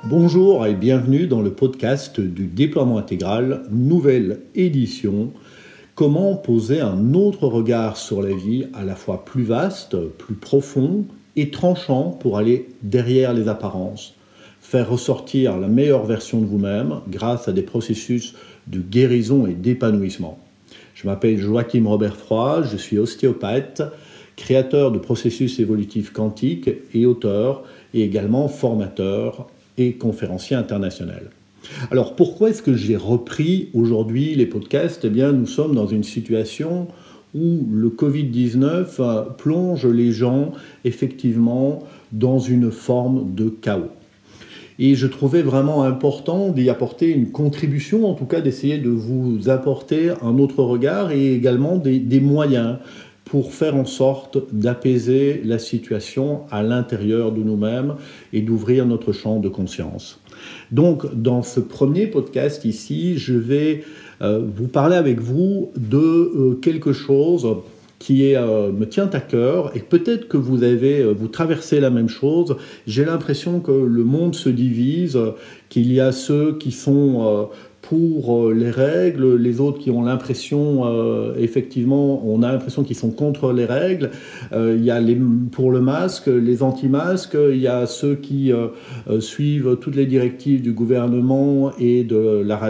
Bonjour et bienvenue dans le podcast du déploiement intégral, nouvelle édition. Comment poser un autre regard sur la vie à la fois plus vaste, plus profond et tranchant pour aller derrière les apparences. Faire ressortir la meilleure version de vous-même grâce à des processus de guérison et d'épanouissement. Je m'appelle Joachim Robert Froid, je suis ostéopathe, créateur de processus évolutifs quantiques et auteur et également formateur et conférencier international. Alors pourquoi est-ce que j'ai repris aujourd'hui les podcasts ? Eh bien nous sommes dans une situation où le Covid-19 plonge les gens effectivement dans une forme de chaos. Et je trouvais vraiment important d'y apporter une contribution, en tout cas d'essayer de vous apporter un autre regard et également des moyens pour faire en sorte d'apaiser la situation à l'intérieur de nous-mêmes et d'ouvrir notre champ de conscience. Donc, dans ce premier podcast ici, je vais vous parler avec vous de quelque chose qui me tient à cœur et peut-être que vous traversez la même chose. J'ai l'impression que le monde se divise, qu'il y a ceux qui sont pour les règles, les autres qui ont l'impression, effectivement, on a l'impression qu'ils sont contre les règles. Il y a pour le masque, les anti-masques, il y a ceux qui suivent toutes les directives du gouvernement et de la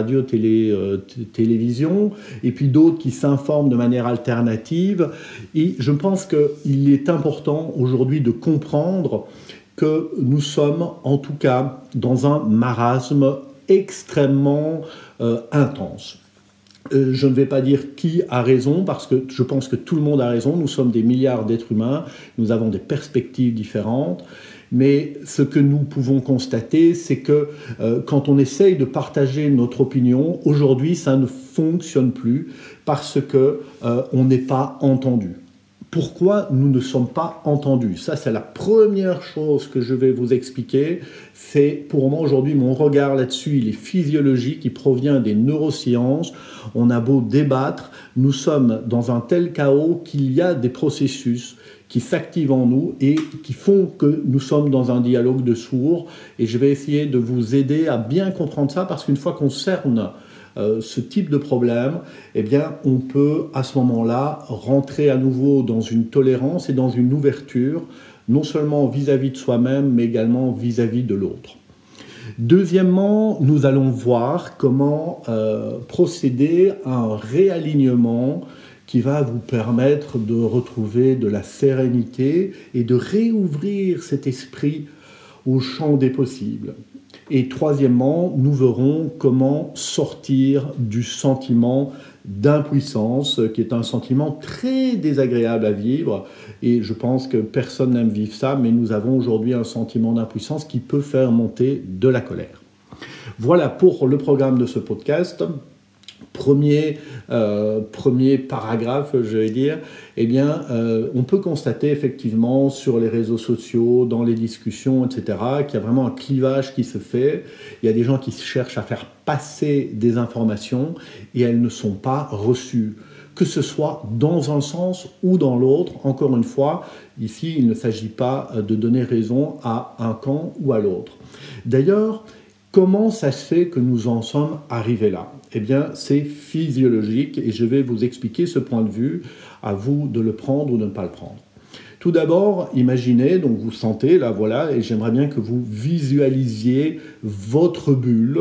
radio-télévision, et puis d'autres qui s'informent de manière alternative. Et je pense qu'il est important aujourd'hui de comprendre que nous sommes, en tout cas, dans un marasme extrêmement intense. Je ne vais pas dire qui a raison, parce que je pense que tout le monde a raison. Nous sommes des milliards d'êtres humains, nous avons des perspectives différentes, mais ce que nous pouvons constater, c'est que quand on essaye de partager notre opinion, aujourd'hui, ça ne fonctionne plus parce qu'on n'est pas entendu. Pourquoi nous ne sommes pas entendus ? Ça, c'est la première chose que je vais vous expliquer. C'est pour moi aujourd'hui, mon regard là-dessus, il est physiologique, il provient des neurosciences. On a beau débattre, nous sommes dans un tel chaos qu'il y a des processus qui s'activent en nous et qui font que nous sommes dans un dialogue de sourds. Et je vais essayer de vous aider à bien comprendre ça, parce qu'une fois qu'on cerne ce type de problème, eh bien, on peut à ce moment-là rentrer à nouveau dans une tolérance et dans une ouverture, non seulement vis-à-vis de soi-même, mais également vis-à-vis de l'autre. Deuxièmement, nous allons voir comment procéder à un réalignement qui va vous permettre de retrouver de la sérénité et de réouvrir cet esprit au champ des possibles. Et troisièmement, nous verrons comment sortir du sentiment d'impuissance, qui est un sentiment très désagréable à vivre. Et je pense que personne n'aime vivre ça, mais nous avons aujourd'hui un sentiment d'impuissance qui peut faire monter de la colère. Voilà pour le programme de ce podcast. Premier paragraphe, je vais dire, eh bien, on peut constater effectivement sur les réseaux sociaux, dans les discussions, etc., qu'il y a vraiment un clivage qui se fait. Il y a des gens qui cherchent à faire passer des informations et elles ne sont pas reçues, que ce soit dans un sens ou dans l'autre. Encore une fois, ici, il ne s'agit pas de donner raison à un camp ou à l'autre. D'ailleurs, comment ça se fait que nous en sommes arrivés là ? Eh bien, c'est physiologique et je vais vous expliquer ce point de vue, à vous de le prendre ou de ne pas le prendre. Tout d'abord, imaginez, donc vous sentez, là voilà, et j'aimerais bien que vous visualisiez votre bulle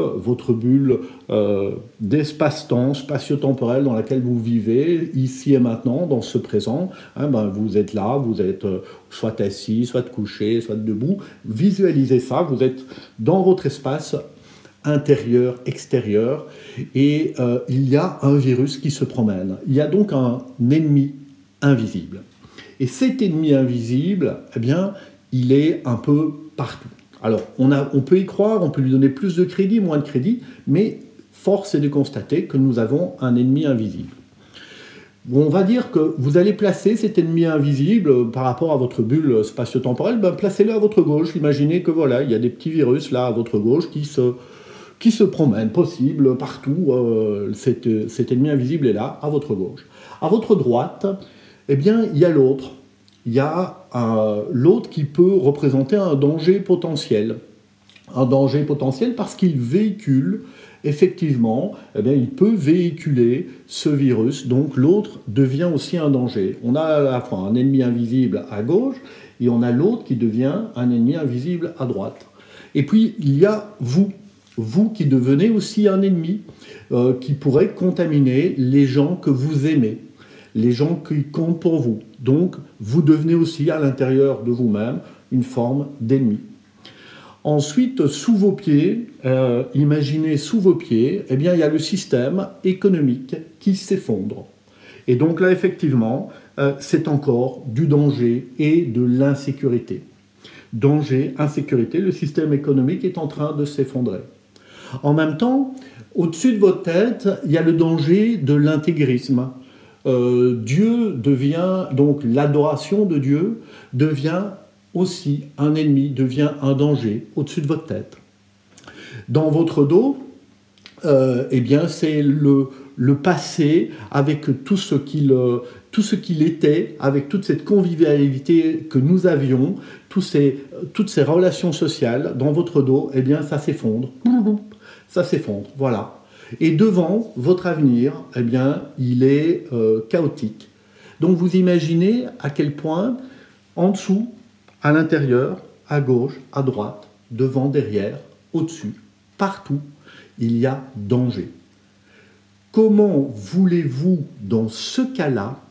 d'espace-temps, spatio-temporel dans laquelle vous vivez, ici et maintenant, dans ce présent. Vous êtes là, vous êtes soit assis, soit couché, soit debout. Visualisez ça, vous êtes dans votre espace intérieur, extérieur, et il y a un virus qui se promène. Il y a donc un ennemi invisible. Et cet ennemi invisible, eh bien, il est un peu partout. Alors, on peut y croire, on peut lui donner plus de crédit, moins de crédit, mais force est de constater que nous avons un ennemi invisible. On va dire que vous allez placer cet ennemi invisible par rapport à votre bulle spatio-temporelle, placez-le à votre gauche. Imaginez que voilà, il y a des petits virus là à votre gauche qui se promènent, possible, partout. Cet ennemi invisible est là, à votre gauche. À votre droite, eh bien, il y a l'autre. Il y a l'autre qui peut représenter un danger potentiel. un danger potentiel parce qu'il véhicule, effectivement, eh bien, il peut véhiculer ce virus, donc l'autre devient aussi un danger. On a à la fois un ennemi invisible à gauche et on a l'autre qui devient un ennemi invisible à droite. Et puis il y a vous qui devenez aussi un ennemi qui pourrait contaminer les gens que vous aimez, les gens qui comptent pour vous. Donc vous devenez aussi à l'intérieur de vous-même une forme d'ennemi. Ensuite, sous vos pieds, imaginez sous vos pieds, eh bien, il y a le système économique qui s'effondre. Et donc là, effectivement, c'est encore du danger et de l'insécurité. Danger, insécurité, le système économique est en train de s'effondrer. En même temps, au-dessus de votre tête, il y a le danger de l'intégrisme. Dieu devient, donc l'adoration de Dieu devient aussi un ennemi, devient un danger au-dessus de votre tête. Dans votre dos, eh bien, c'est le passé avec tout ce qu'il était, avec toute cette convivialité que nous avions, toutes ces relations sociales. Dans votre dos, eh bien, ça s'effondre. Ça s'effondre, voilà. Et devant votre avenir, eh bien, il est chaotique. Donc vous imaginez à quel point, en dessous, à l'intérieur, à gauche, à droite, devant, derrière, au-dessus, partout, il y a danger. Comment voulez-vous, dans ce cas-là,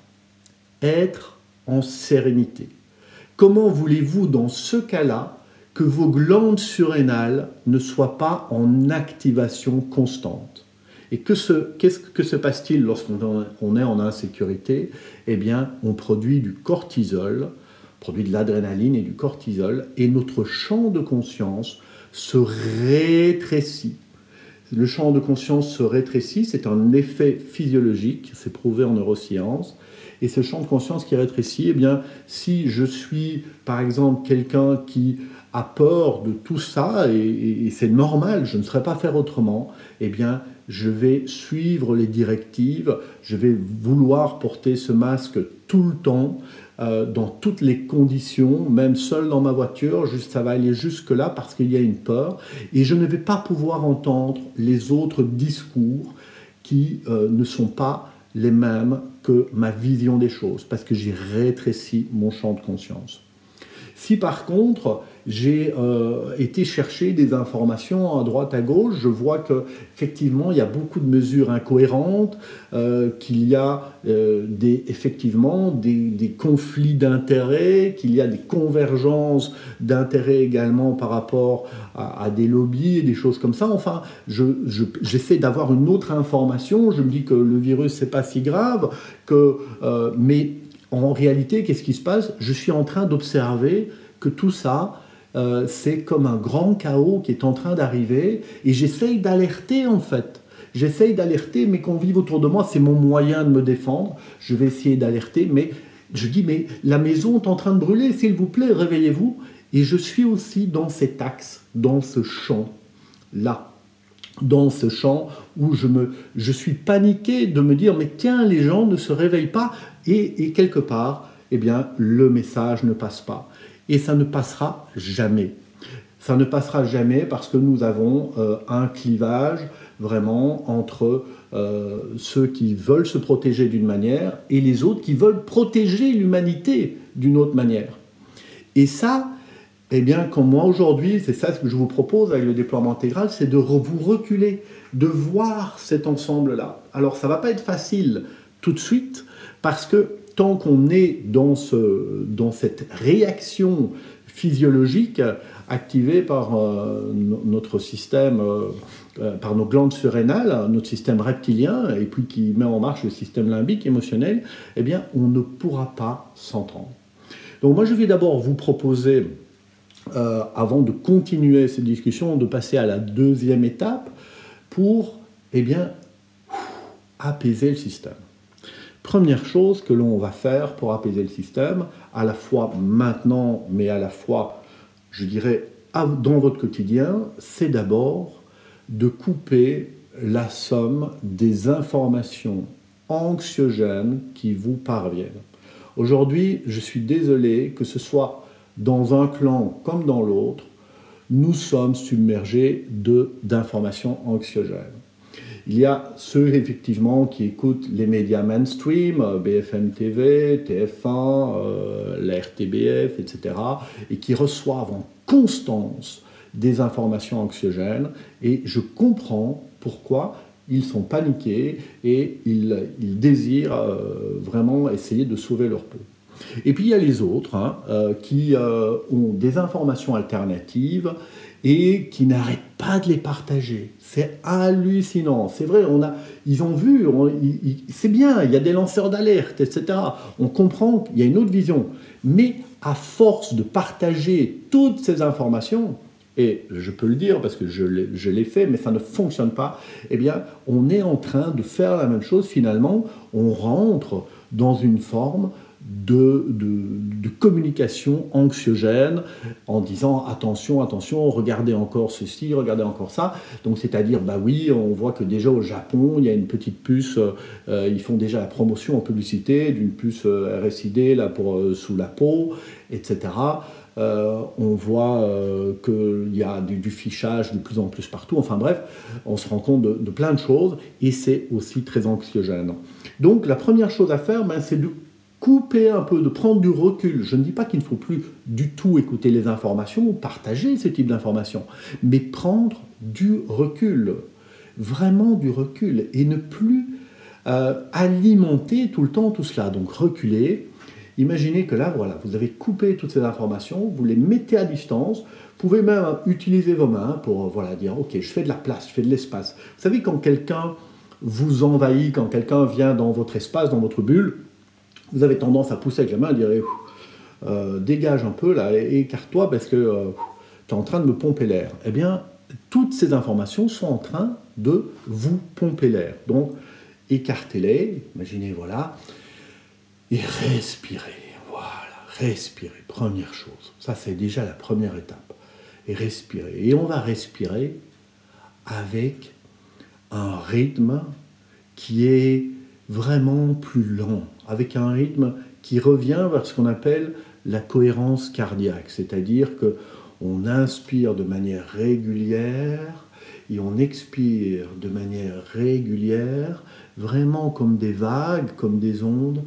être en sérénité? Comment voulez-vous, dans ce cas-là, que vos glandes surrénales ne soient pas en activation constante? Et que se passe-t-il lorsqu'on est en insécurité? Eh bien, on produit du cortisol, produit de l'adrénaline et du cortisol, et notre champ de conscience se rétrécit. Le champ de conscience se rétrécit, c'est un effet physiologique, c'est prouvé en neurosciences, et ce champ de conscience qui rétrécit, eh bien, si je suis, par exemple, quelqu'un qui a peur de tout ça, et c'est normal, je ne saurais pas faire autrement, eh bien, je vais suivre les directives, je vais vouloir porter ce masque tout le temps, dans toutes les conditions, même seul dans ma voiture, ça va aller jusque-là parce qu'il y a une peur, et je ne vais pas pouvoir entendre les autres discours qui ne sont pas les mêmes que ma vision des choses, parce que j'ai rétréci mon champ de conscience. Si par contre, j'ai été chercher des informations à droite à gauche, je vois qu'effectivement, il y a beaucoup de mesures incohérentes, qu'il y a effectivement des conflits d'intérêts, qu'il y a des convergences d'intérêts également par rapport à des lobbies et des choses comme ça. Enfin, j'essaie d'avoir une autre information, je me dis que le virus, c'est pas si grave, mais en réalité, qu'est-ce qui se passe? Je suis en train d'observer que tout ça, c'est comme un grand chaos qui est en train d'arriver, et j'essaye d'alerter en fait. J'essaye d'alerter mes convives autour de moi, c'est mon moyen de me défendre. Je vais essayer d'alerter, mais je dis, mais la maison est en train de brûler, s'il vous plaît, réveillez-vous. Et je suis aussi dans cet axe, dans ce champ-là. Dans ce champ où je suis paniqué de me dire, mais tiens, les gens ne se réveillent pas, et quelque part, eh bien, le message ne passe pas. Et ça ne passera jamais. Ça ne passera jamais parce que nous avons un clivage vraiment entre ceux qui veulent se protéger d'une manière et les autres qui veulent protéger l'humanité d'une autre manière. Et ça, eh bien, comme moi aujourd'hui, c'est ça ce que je vous propose avec le déploiement intégral, c'est de vous reculer, de voir cet ensemble-là. Alors, ça ne va pas être facile tout de suite, parce que tant qu'on est dans cette réaction physiologique activée par notre système, par nos glandes surrénales, notre système reptilien, et puis qui met en marche le système limbique émotionnel, eh bien, on ne pourra pas s'entendre. Donc moi, je vais d'abord vous proposer, avant de continuer cette discussion, de passer à la deuxième étape pour, eh bien, apaiser le système. Première chose que l'on va faire pour apaiser le système, à la fois maintenant, mais à la fois, je dirais, dans votre quotidien, c'est d'abord de couper la somme des informations anxiogènes qui vous parviennent. Aujourd'hui, je suis désolé que ce soit dans un clan comme dans l'autre, nous sommes submergés d'informations anxiogènes. Il y a ceux, effectivement, qui écoutent les médias mainstream, BFM TV, TF1, la RTBF, etc., et qui reçoivent en constance des informations anxiogènes, et je comprends pourquoi ils sont paniqués et ils désirent vraiment essayer de sauver leur peau. Et puis il y a les autres qui ont des informations alternatives et qui n'arrêtent pas de les partager. C'est hallucinant. C'est vrai, ils ont vu, c'est bien, il y a des lanceurs d'alerte, etc. On comprend qu'il y a une autre vision. Mais à force de partager toutes ces informations, et je peux le dire parce que je l'ai fait, mais ça ne fonctionne pas, eh bien, on est en train de faire la même chose. Finalement, on rentre dans une forme de communication anxiogène en disant attention, attention, regardez encore ceci, regardez encore ça. Donc c'est-à-dire, bah oui, on voit que déjà au Japon, il y a une petite puce, ils font déjà la promotion en publicité d'une puce RFID là, sous la peau, etc. On voit qu'il y a du fichage de plus en plus partout. Enfin bref, on se rend compte de plein de choses et c'est aussi très anxiogène. Donc la première chose à faire, c'est de couper un peu, de prendre du recul. Je ne dis pas qu'il ne faut plus du tout écouter les informations ou partager ce type d'informations, mais prendre du recul, vraiment du recul, et ne plus alimenter tout le temps tout cela. Donc reculer. Imaginez que là, voilà, vous avez coupé toutes ces informations, vous les mettez à distance, vous pouvez même utiliser vos mains pour dire « Ok, je fais de la place, je fais de l'espace ». Vous savez, quand quelqu'un vous envahit, quand quelqu'un vient dans votre espace, dans votre bulle, vous avez tendance à pousser avec la main et dire dégage un peu, là, écarte-toi parce que tu es en train de me pomper l'air. Eh bien, toutes ces informations sont en train de vous pomper l'air. Donc, écartez-les, imaginez, voilà, et respirez. Voilà, respirez, première chose. Ça, c'est déjà la première étape. Et respirez. Et on va respirer avec un rythme qui est vraiment plus lent, avec un rythme qui revient vers ce qu'on appelle la cohérence cardiaque, c'est-à-dire qu'on inspire de manière régulière et on expire de manière régulière, vraiment comme des vagues, comme des ondes,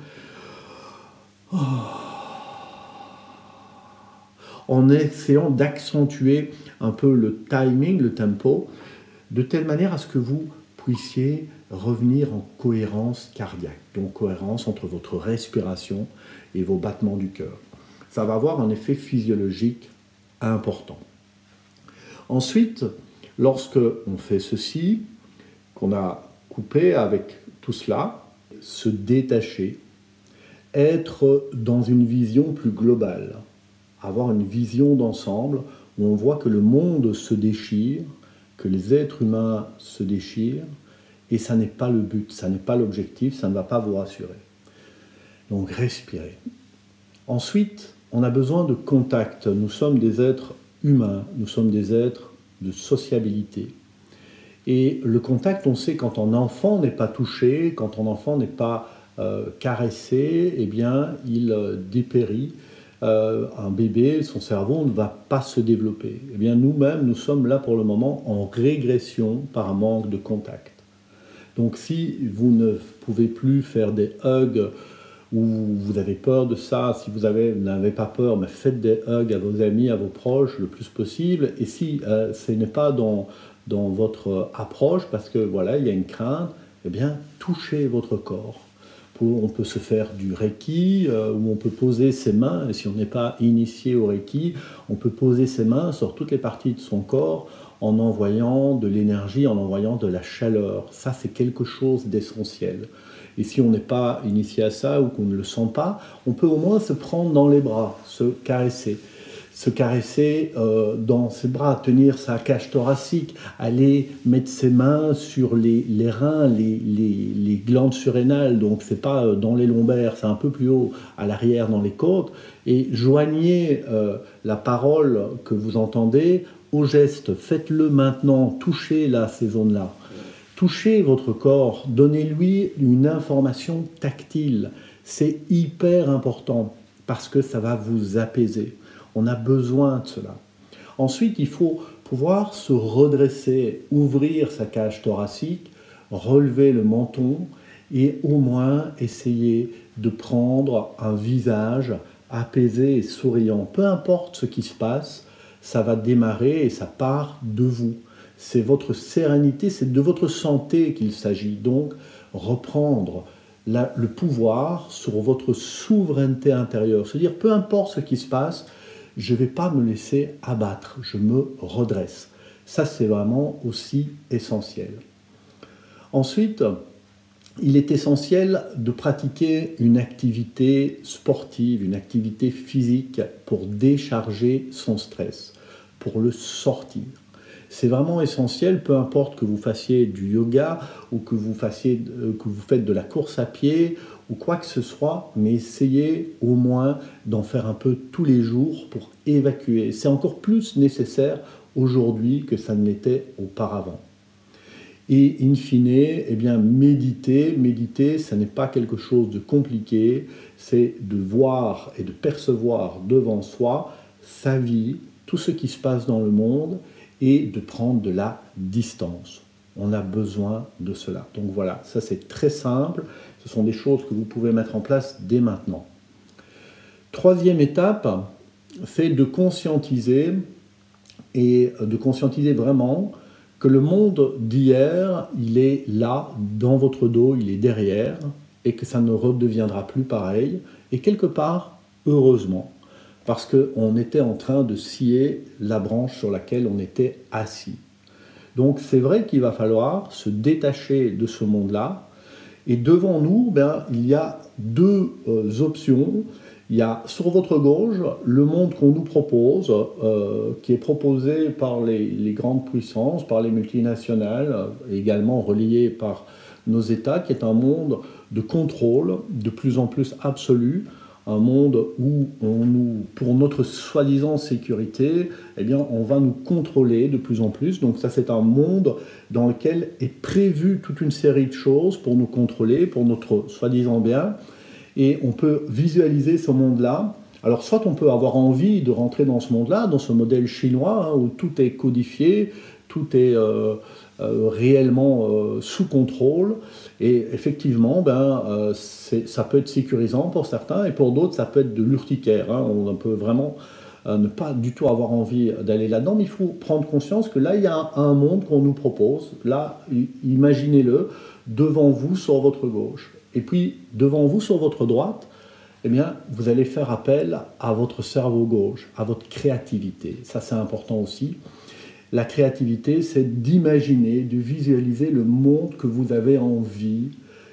en essayant d'accentuer un peu le timing, le tempo, de telle manière à ce que vous puissiez revenir en cohérence cardiaque, donc cohérence entre votre respiration et vos battements du cœur. Ça va avoir un effet physiologique important. Ensuite, lorsque on fait ceci, qu'on a coupé avec tout cela, se détacher, être dans une vision plus globale, avoir une vision d'ensemble où on voit que le monde se déchire, que les êtres humains se déchirent, et ça n'est pas le but, ça n'est pas l'objectif, ça ne va pas vous rassurer. Donc respirez. Ensuite, on a besoin de contact. Nous sommes des êtres humains, nous sommes des êtres de sociabilité. Et le contact, on sait, quand un enfant n'est pas touché, quand un enfant n'est pas caressé, eh bien, il dépérit. Un bébé, son cerveau ne va pas se développer. Eh bien, nous-mêmes, nous sommes là pour le moment en régression par un manque de contact. Donc si vous ne pouvez plus faire des hugs ou vous avez peur de ça, si vous n'avez pas peur, mais faites des hugs à vos amis, à vos proches le plus possible. Et si ce n'est pas dans votre approche, parce que voilà, il y a une crainte, eh bien touchez votre corps. On peut se faire du Reiki, où on peut poser ses mains, et si on n'est pas initié au Reiki, on peut poser ses mains sur toutes les parties de son corps en envoyant de l'énergie, en envoyant de la chaleur. Ça, c'est quelque chose d'essentiel. Et si on n'est pas initié à ça ou qu'on ne le sent pas, on peut au moins se prendre dans les bras, se caresser dans ses bras, tenir sa cage thoracique, aller mettre ses mains sur les reins, les glandes surrénales, donc c'est pas dans les lombaires, c'est un peu plus haut, à l'arrière dans les côtes, et joignez la parole que vous entendez au geste. Faites-le maintenant, touchez là ces zones-là. Touchez votre corps, donnez-lui une information tactile. C'est hyper important parce que ça va vous apaiser. On a besoin de cela. Ensuite, il faut pouvoir se redresser, ouvrir sa cage thoracique, relever le menton et au moins essayer de prendre un visage apaisé et souriant. Peu importe ce qui se passe, ça va démarrer et ça part de vous. C'est votre sérénité, c'est de votre santé qu'il s'agit. Donc, reprendre le pouvoir sur votre souveraineté intérieure. C'est-à-dire, peu importe ce qui se passe, je ne vais pas me laisser abattre, je me redresse. Ça, c'est vraiment aussi essentiel. Ensuite, il est essentiel de pratiquer une activité sportive, une activité physique pour décharger son stress, pour le sortir. C'est vraiment essentiel, peu importe que vous fassiez du yoga ou que vous faites de la course à pied ou quoi que ce soit, mais essayez au moins d'en faire un peu tous les jours pour évacuer. C'est encore plus nécessaire aujourd'hui que ça ne l'était auparavant. Et in fine, eh bien, méditer, ça n'est pas quelque chose de compliqué, c'est de voir et de percevoir devant soi sa vie, tout ce qui se passe dans le monde, et de prendre de la distance. On a besoin de cela. Donc voilà, ça c'est très simple. Ce sont des choses que vous pouvez mettre en place dès maintenant. Troisième étape, c'est de conscientiser, et de conscientiser vraiment que le monde d'hier, il est là, dans votre dos, il est derrière, et que ça ne redeviendra plus pareil. Et quelque part, heureusement, parce qu'on était en train de scier la branche sur laquelle on était assis. Donc c'est vrai qu'il va falloir se détacher de ce monde-là. Et devant nous, il y a deux options. Il y a sur votre gauche le monde qu'on nous propose, qui est proposé par les grandes puissances, par les multinationales, également relié par nos États, qui est un monde de contrôle de plus en plus absolu, un monde où pour notre soi-disant sécurité, on va nous contrôler de plus en plus. Donc ça, c'est un monde dans lequel est prévue toute une série de choses pour nous contrôler, pour notre soi-disant bien. Et on peut visualiser ce monde-là. Alors soit on peut avoir envie de rentrer dans ce monde-là, dans ce modèle chinois, où tout est codifié, tout est réellement sous contrôle. Et effectivement, ça peut être sécurisant pour certains, et pour d'autres, ça peut être de l'urticaire. On peut vraiment ne pas du tout avoir envie d'aller là-dedans, mais il faut prendre conscience que là, il y a un monde qu'on nous propose. Là, imaginez-le, devant vous, sur votre gauche. Et puis, devant vous, sur votre droite, vous allez faire appel à votre cerveau gauche, à votre créativité. Ça, c'est important aussi. La créativité, c'est d'imaginer, de visualiser le monde que vous avez envie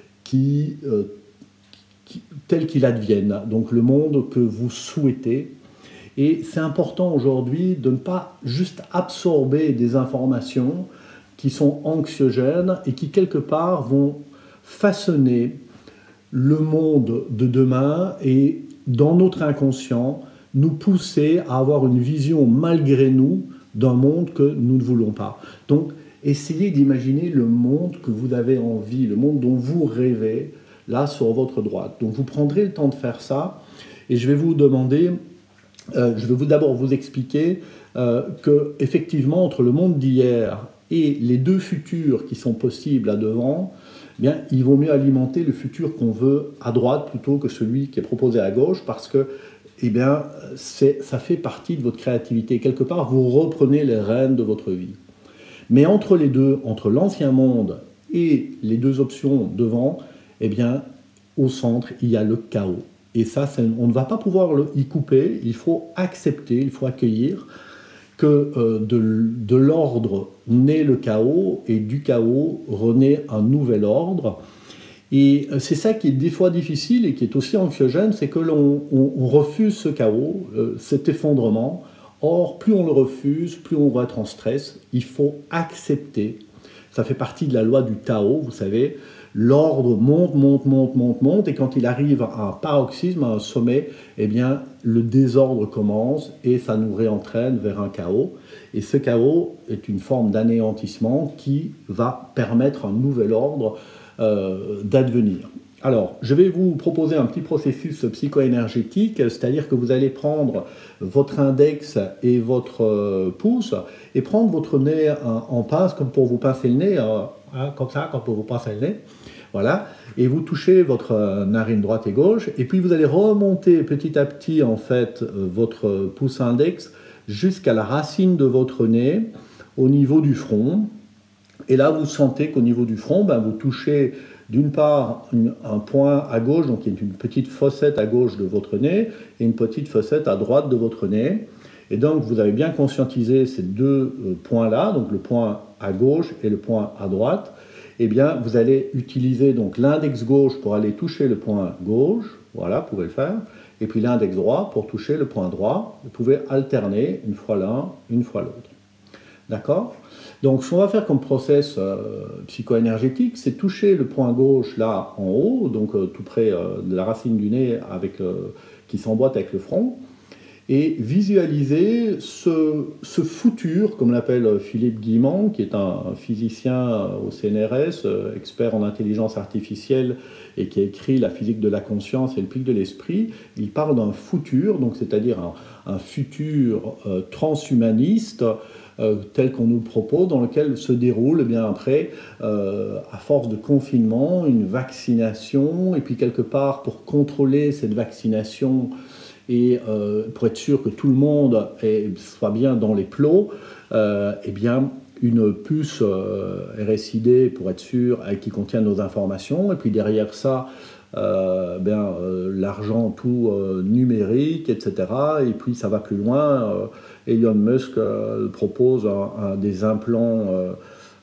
tel qu'il advienne. Donc, le monde que vous souhaitez. Et c'est important aujourd'hui de ne pas juste absorber des informations qui sont anxiogènes et qui, quelque part, vont façonner le monde de demain et, dans notre inconscient, nous pousser à avoir une vision, malgré nous, d'un monde que nous ne voulons pas. Donc, essayez d'imaginer le monde que vous avez envie, le monde dont vous rêvez, là, sur votre droite. Donc, vous prendrez le temps de faire ça, et je vais vous demander, je vais d'abord vous expliquer que, effectivement, entre le monde d'hier et les deux futurs qui sont possibles à devant, il vaut mieux alimenter le futur qu'on veut à droite plutôt que celui qui est proposé à gauche, parce que ça fait partie de votre créativité. Quelque part, vous reprenez les rênes de votre vie. Mais entre les deux, entre l'ancien monde et les deux options devant, au centre, il y a le chaos. Et ça, on ne va pas pouvoir y couper, il faut accepter, il faut accueillir que de l'ordre naît le chaos et du chaos renaît un nouvel ordre. Et c'est ça qui est des fois difficile et qui est aussi anxiogène, c'est que l'on refuse ce chaos, cet effondrement. Or, plus on le refuse, plus on va être en stress. Il faut accepter. Ça fait partie de la loi du Tao, vous savez. L'ordre monte, et quand il arrive à un paroxysme, à un sommet, le désordre commence et ça nous réentraîne vers un chaos. Et ce chaos est une forme d'anéantissement qui va permettre un nouvel ordre d'advenir. Alors, je vais vous proposer un petit processus psycho-énergétique, c'est-à-dire que vous allez prendre votre index et votre pouce et prendre votre nez en pince, comme pour vous pincer le nez, comme ça, comme pour vous pincer le nez. Voilà, et vous touchez votre narine droite et gauche, et puis vous allez remonter petit à petit en fait votre pouce index jusqu'à la racine de votre nez, au niveau du front. Et là, vous sentez qu'au niveau du front, vous touchez d'une part un point à gauche, donc il y a une petite fossette à gauche de votre nez, et une petite fossette à droite de votre nez. Et donc, vous avez bien conscientisé ces deux points-là, donc le point à gauche et le point à droite. Eh bien, vous allez utiliser donc l'index gauche pour aller toucher le point gauche, voilà, vous pouvez le faire, et puis l'index droit pour toucher le point droit. Vous pouvez alterner une fois l'un, une fois l'autre. D'accord? Donc, ce qu'on va faire comme process psycho-énergétique, c'est toucher le point gauche là en haut, donc tout près de la racine du nez qui s'emboîte avec le front, et visualiser ce futur, comme l'appelle Philippe Guillemont, qui est un physicien au CNRS, expert en intelligence artificielle et qui a écrit La physique de la conscience et le pic de l'esprit. Il parle d'un futur, donc c'est-à-dire un futur transhumaniste, tel qu'on nous le propose, dans lequel se déroule, bien après, à force de confinement, une vaccination, et puis quelque part, pour contrôler cette vaccination, et pour être sûr que tout le monde soit bien dans les plots, eh bien, une puce RFID, pour être sûr, qui contient nos informations, et puis derrière ça, l'argent tout numérique, etc. Et puis ça va plus loin. Elon Musk propose des implants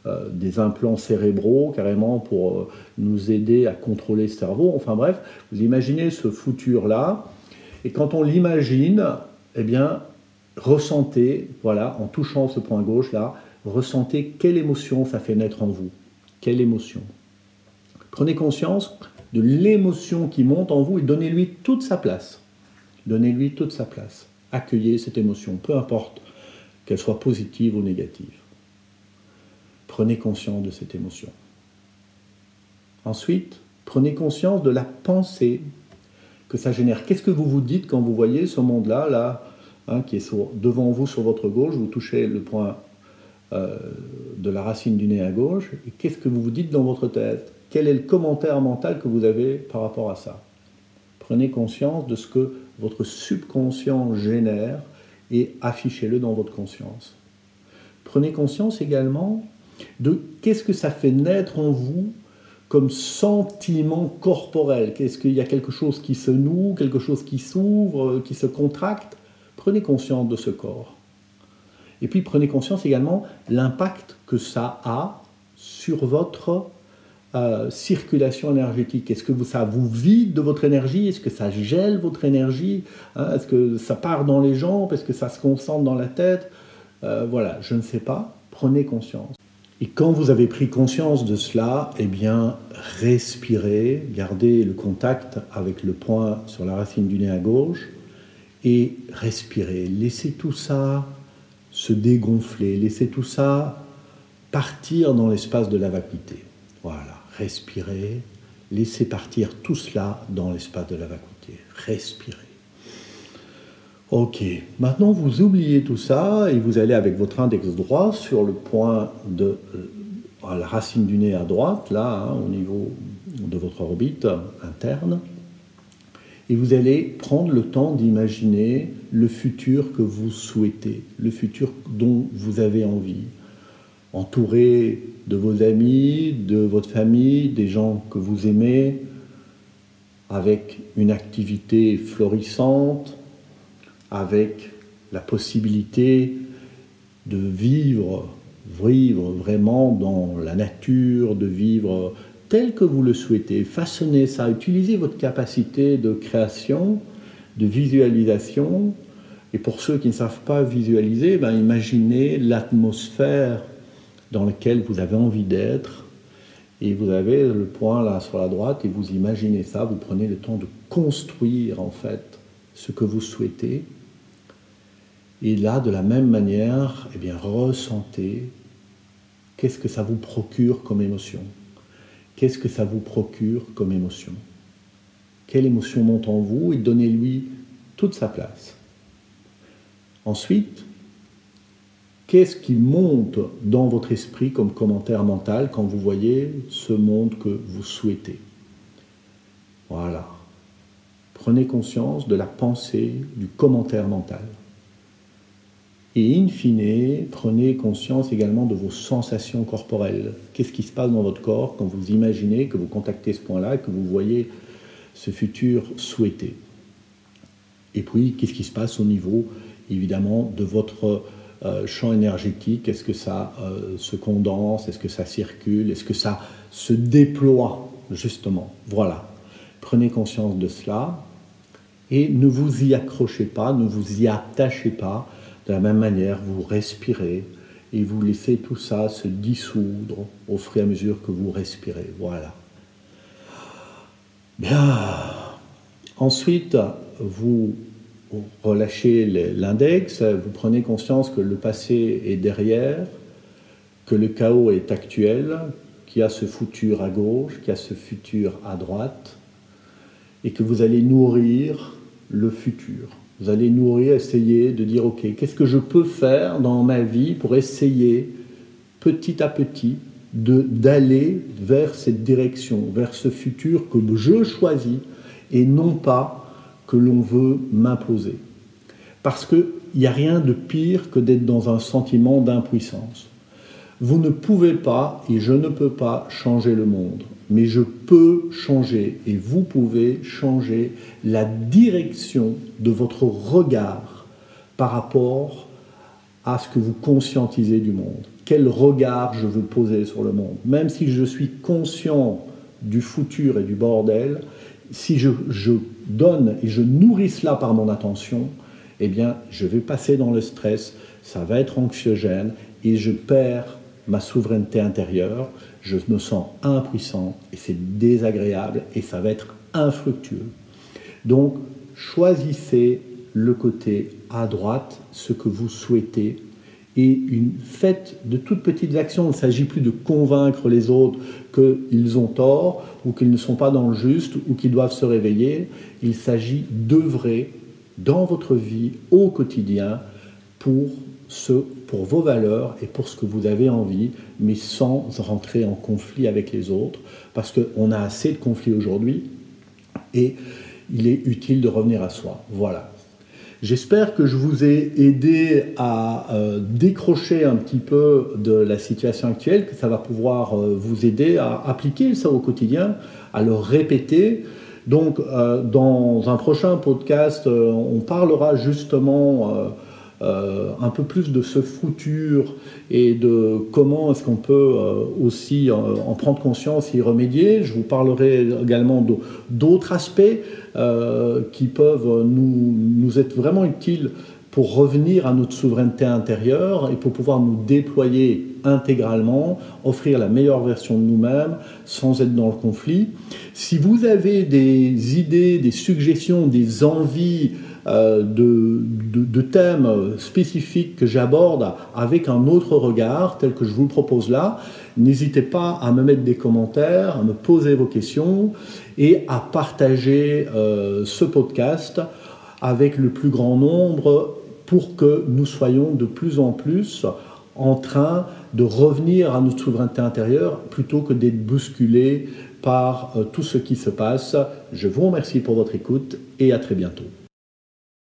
cérébraux carrément pour nous aider à contrôler le cerveau. Enfin bref, vous imaginez ce futur-là. Et quand on l'imagine, eh bien, ressentez, voilà, en touchant ce point gauche-là, ressentez quelle émotion ça fait naître en vous. Quelle émotion. Prenez conscience de l'émotion qui monte en vous et donnez-lui toute sa place. Donnez-lui toute sa place. Accueillez cette émotion, peu importe qu'elle soit positive ou négative. Prenez conscience de cette émotion. Ensuite, prenez conscience de la pensée que ça génère. Qu'est-ce que vous vous dites quand vous voyez ce monde-là, qui est devant vous sur votre gauche, vous touchez le point de la racine du nez à gauche, et qu'est-ce que vous vous dites dans votre tête? Quel est le commentaire mental que vous avez par rapport à ça? Prenez conscience de ce que votre subconscient génère et affichez-le dans votre conscience. Prenez conscience également de qu'est-ce que ça fait naître en vous comme sentiment corporel. Est-ce qu'il y a quelque chose qui se noue, quelque chose qui s'ouvre, qui se contracte? Prenez conscience de ce corps. Et puis prenez conscience également de l'impact que ça a sur votre circulation énergétique. Est-ce que ça vous vide de votre énergie? Est-ce que ça gèle votre énergie? Est-ce que ça part dans les jambes? Est-ce que ça se concentre dans la tête? Voilà, je ne sais pas. Prenez conscience. Et quand vous avez pris conscience de cela, eh bien, respirez, gardez le contact avec le point sur la racine du nez à gauche et respirez. Laissez tout ça se dégonfler, laissez tout ça partir dans l'espace de la vacuité. Voilà, respirez, laissez partir tout cela dans l'espace de la vacuité. Respirez. Ok, maintenant vous oubliez tout ça et vous allez avec votre index droit sur le point à la racine du nez à droite, là, au niveau de votre orbite interne, et vous allez prendre le temps d'imaginer le futur que vous souhaitez, le futur dont vous avez envie, entouré de vos amis, de votre famille, des gens que vous aimez, avec une activité florissante, avec la possibilité de vivre vraiment dans la nature, de vivre tel que vous le souhaitez. Façonnez ça, utilisez votre capacité de création, de visualisation. Et pour ceux qui ne savent pas visualiser, imaginez l'atmosphère dans laquelle vous avez envie d'être. Et vous avez le point là sur la droite et vous imaginez ça, vous prenez le temps de construire en fait ce que vous souhaitez. Et là, de la même manière, eh bien, ressentez qu'est-ce que ça vous procure comme émotion. Qu'est-ce que ça vous procure comme émotion? quelle émotion monte en vous et donnez-lui toute sa place. Ensuite, qu'est-ce qui monte dans votre esprit comme commentaire mental quand vous voyez ce monde que vous souhaitez? Voilà. Prenez conscience de la pensée, du commentaire mental. Et in fine, prenez conscience également de vos sensations corporelles. Qu'est-ce qui se passe dans votre corps quand vous imaginez, que vous contactez ce point-là, que vous voyez ce futur souhaité? Et puis, qu'est-ce qui se passe au niveau, évidemment, de votre champ énergétique? Est-ce que ça se condense? Est-ce que ça circule? Est-ce que ça se déploie, justement? Voilà. Prenez conscience de cela et ne vous y accrochez pas, ne vous y attachez pas. De la même manière, vous respirez et vous laissez tout ça se dissoudre au fur et à mesure que vous respirez. Voilà. Bien. Ensuite, vous relâchez l'index, vous prenez conscience que le passé est derrière, que le chaos est actuel, qu'il y a ce futur à gauche, qu'il y a ce futur à droite, et que vous allez nourrir le futur. Vous allez nourrir, essayer de dire, ok, qu'est-ce que je peux faire dans ma vie pour essayer, petit à petit, d'aller vers cette direction, vers ce futur que je choisis, et non pas que l'on veut m'imposer. Parce qu'il n'y a rien de pire que d'être dans un sentiment d'impuissance. Vous ne pouvez pas, et je ne peux pas, changer le monde. Mais je peux changer, et vous pouvez changer la direction de votre regard par rapport à ce que vous conscientisez du monde. Quel regard je veux poser sur le monde? Même si je suis conscient du futur et du bordel, si je donne et je nourris cela par mon attention, eh bien, je vais passer dans le stress, ça va être anxiogène, et je perds ma souveraineté intérieure, je me sens impuissant, et c'est désagréable, et ça va être infructueux. Donc, choisissez le côté à droite, ce que vous souhaitez, et faites de toutes petites actions. Il ne s'agit plus de convaincre les autres qu'ils ont tort, ou qu'ils ne sont pas dans le juste, ou qu'ils doivent se réveiller. Il s'agit d'œuvrer dans votre vie, au quotidien, pour vos valeurs et pour ce que vous avez envie, mais sans rentrer en conflit avec les autres, parce qu'on a assez de conflits aujourd'hui, et il est utile de revenir à soi. Voilà. J'espère que je vous ai aidé à décrocher un petit peu de la situation actuelle, que ça va pouvoir vous aider à appliquer ça au quotidien, à le répéter. Donc, dans un prochain podcast, on parlera justement un peu plus de ce futur et de comment est-ce qu'on peut aussi en prendre conscience et y remédier. Je vous parlerai également d'autres aspects qui peuvent nous être vraiment utiles pour revenir à notre souveraineté intérieure et pour pouvoir nous déployer intégralement, offrir la meilleure version de nous-mêmes sans être dans le conflit. Si vous avez des idées, des suggestions, des envies de thèmes spécifiques que j'aborde avec un autre regard, tel que je vous le propose là, n'hésitez pas à me mettre des commentaires, à me poser vos questions et à partager ce podcast avec le plus grand nombre pour que nous soyons de plus en plus en train de revenir à notre souveraineté intérieure plutôt que d'être bousculés par tout ce qui se passe. Je vous remercie pour votre écoute et à très bientôt.